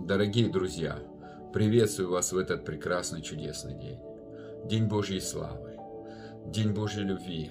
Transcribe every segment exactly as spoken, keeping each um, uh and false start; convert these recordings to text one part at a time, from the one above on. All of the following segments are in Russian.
Дорогие друзья, приветствую вас в этот прекрасный чудесный день. День Божьей славы, День Божьей любви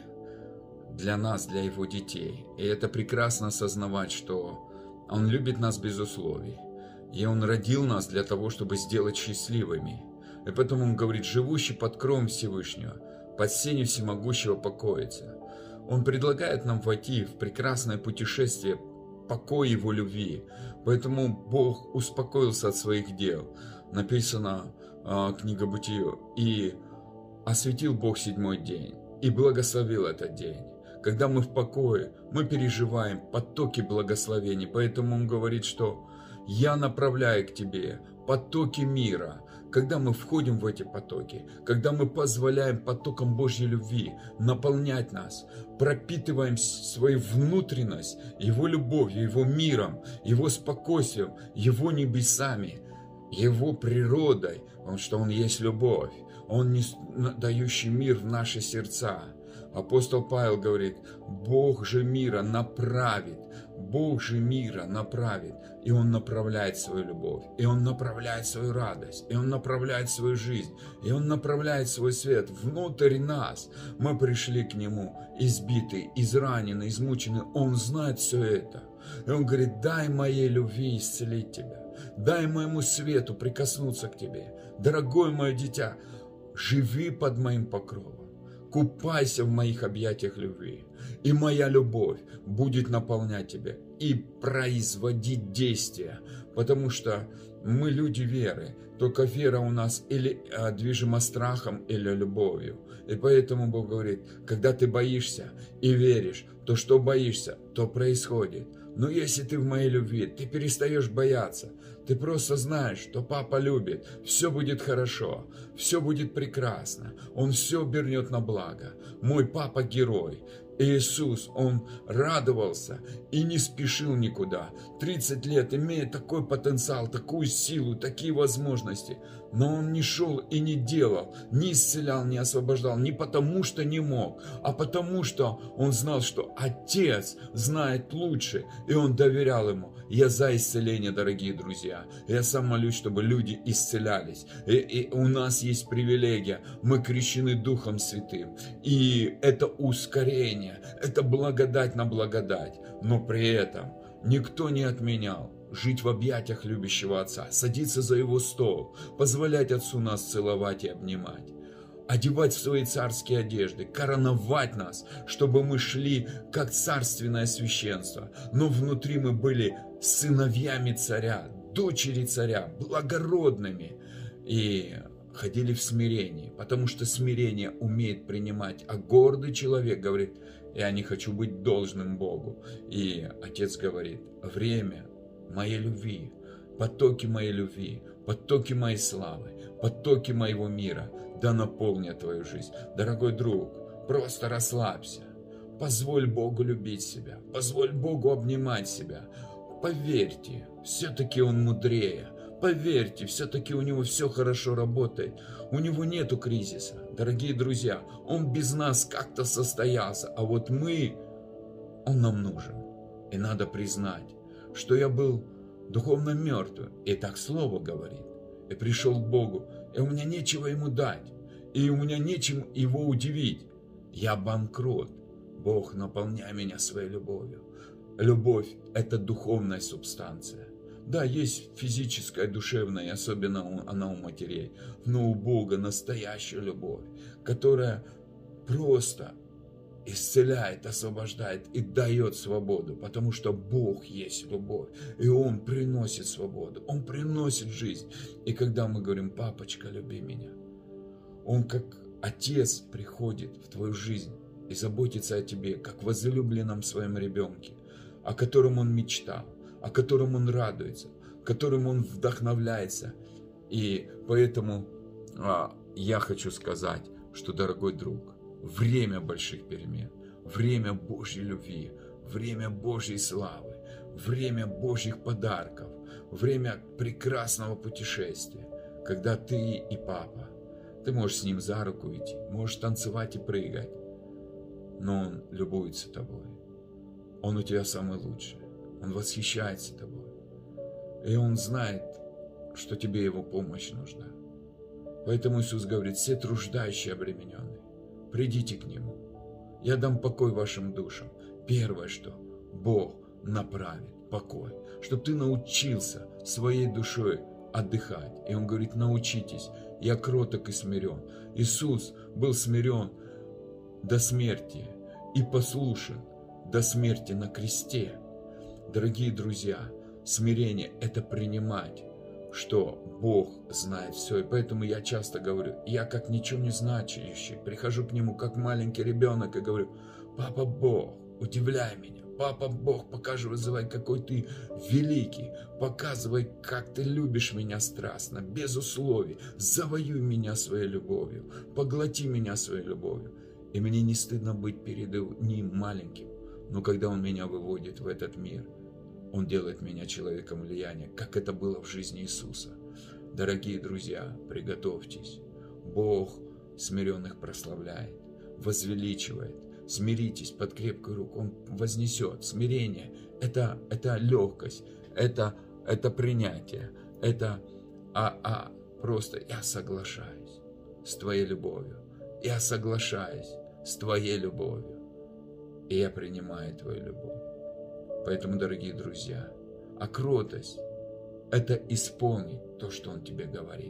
для нас, для Его детей. И это прекрасно осознавать, что Он любит нас без условий. И Он родил нас для того, чтобы сделать счастливыми. И поэтому Он говорит: живущий под кровом Всевышнего, под сенью всемогущего покоится. Он предлагает нам войти в прекрасное путешествие, покой Его любви. Поэтому Бог успокоился от своих дел. Написано, э, книга Бытия, и осветил Бог седьмой день, и благословил этот день. Когда мы в покое, мы переживаем потоки благословений. Поэтому Он говорит, что я направляю к тебе потоки мира. Когда мы входим в эти потоки, когда мы позволяем потокам Божьей любви наполнять нас, пропитываем свою внутренность Его любовью, Его миром, Его спокойствием, Его небесами, Его природой, потому что Он есть любовь, Он не дающий мир в наши сердца. Апостол Павел говорит: Бог же мира направит, Бог же мира направит, и Он направляет свою любовь, и Он направляет свою радость, и Он направляет свою жизнь, и Он направляет свой свет внутрь нас. Мы пришли к Нему избитые, израненные, измученные. Он знает все это. И Он говорит: дай моей любви исцелить тебя, дай моему свету прикоснуться к тебе. Дорогое мое дитя, живи под моим покровом. Купайся в моих объятиях любви, и моя любовь будет наполнять тебя и производить действия, потому что мы люди веры, только вера у нас или движима страхом, или любовью. И поэтому Бог говорит: когда ты боишься и веришь, то что боишься, то происходит. Но если ты в моей любви, ты перестаешь бояться. Ты просто знаешь, что Папа любит, все будет хорошо, все будет прекрасно. Он все обернет на благо. Мой Папа герой. Иисус, Он радовался и не спешил никуда. тридцать лет, имея такой потенциал, такую силу, такие возможности. Но Он не шел и не делал, не исцелял, не освобождал. Не потому, что не мог, а потому, что Он знал, что Отец знает лучше. И Он доверял Ему. Я за исцеление, дорогие друзья. Я сам молюсь, чтобы люди исцелялись. И, и у нас есть привилегия. Мы крещены Духом Святым. И это ускорение. Это благодать на благодать, но при этом никто не отменял жить в объятиях любящего Отца, садиться за Его стол, позволять Отцу нас целовать и обнимать, одевать в свои царские одежды, короновать нас, чтобы мы шли как царственное священство, но внутри мы были сыновьями царя, дочери царя, благородными, и ходили в смирении, потому что смирение умеет принимать, а гордый человек говорит: я не хочу быть должным Богу. И Отец говорит: время моей любви, потоки моей любви, потоки моей славы, потоки моего мира да наполнят твою жизнь. Дорогой друг, просто расслабься, позволь Богу любить себя, позволь Богу обнимать себя. Поверьте, все-таки Он мудрее. Поверьте, все-таки у Него все хорошо работает. У Него нету кризиса. Дорогие друзья, Он без нас как-то состоялся. А вот мы, Он нам нужен. И надо признать, что я был духовно мертвым. И так Слово говорит. И пришел к Богу. И у меня нечего Ему дать. И у меня нечем Его удивить. Я банкрот. Бог, наполняй меня своей любовью. Любовь – это духовная субстанция. Да, есть физическая, душевная, особенно она у матерей, но у Бога настоящая любовь, которая просто исцеляет, освобождает и дает свободу, потому что Бог есть любовь, и Он приносит свободу, Он приносит жизнь. И когда мы говорим: папочка, люби меня, Он как Отец приходит в твою жизнь и заботится о тебе, как возлюбленном своем ребенке, о котором Он мечтал, о котором Он радуется, которым Он вдохновляется. И поэтому а, я хочу сказать, что, дорогой друг, время больших перемен, время Божьей любви, время Божьей славы, время Божьих подарков, время прекрасного путешествия, когда ты и Папа, ты можешь с Ним за руку идти, можешь танцевать и прыгать, но Он любуется тобой, Он у тебя самый лучший. Он восхищается тобой. И Он знает что тебе Его помощь нужна. Поэтому Иисус говорит: все труждающие обремененные, придите к Нему. Я дам покой вашим душам. Первое, что Бог направит покой, чтобы ты научился своей душой отдыхать. И Он говорит: научитесь, я кроток и смирен. Иисус был смирен до смерти и послушен до смерти на кресте. Дорогие друзья, смирение – это принимать, что Бог знает все. И поэтому я часто говорю, я как ничего не значащий, прихожу к Нему как маленький ребенок и говорю: папа Бог, удивляй меня. Папа Бог, покажи, вызывай, какой ты великий. Показывай, как ты любишь меня страстно, без условий. Завоюй меня своей любовью. Поглоти меня своей любовью. И мне не стыдно быть перед Ним маленьким. Но когда Он меня выводит в этот мир, Он делает меня человеком влияния, как это было в жизни Иисуса. Дорогие друзья, приготовьтесь. Бог смиренных прославляет, возвеличивает. Смиритесь под крепкую руку, Он вознесет. Смирение – это, это легкость, это, это принятие, это а, а, просто я соглашаюсь с Твоей любовью, я соглашаюсь с Твоей любовью, и я принимаю Твою любовь. Поэтому, дорогие друзья, а кротость – это исполнить то, что Он тебе говорит,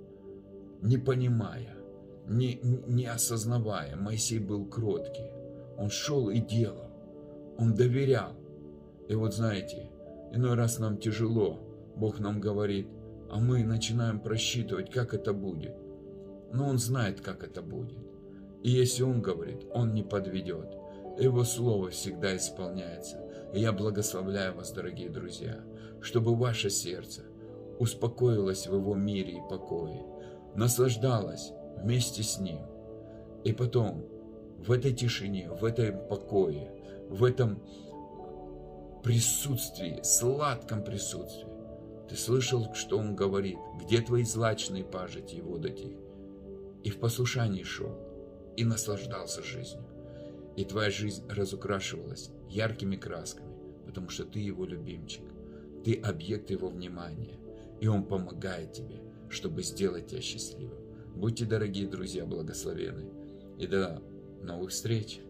не понимая, не, не осознавая. Моисей был кроткий. Он шел и делал, он доверял. И вот знаете, иной раз нам тяжело, Бог нам говорит, а мы начинаем просчитывать, как это будет. Но Он знает, как это будет. И если Он говорит, Он не подведет. Его слово всегда исполняется. И я благословляю вас, дорогие друзья, чтобы ваше сердце успокоилось в Его мире и покое, наслаждалось вместе с Ним. И потом в этой тишине, в этом покое, в этом присутствии, сладком присутствии, ты слышал, что Он говорит: где твои злачные пажити и водати? И в послушании шел, и наслаждался жизнью. И твоя жизнь разукрашивалась яркими красками, потому что ты Его любимчик, ты объект Его внимания, и Он помогает тебе, чтобы сделать тебя счастливым. Будьте, дорогие друзья, благословенны, и до новых встреч!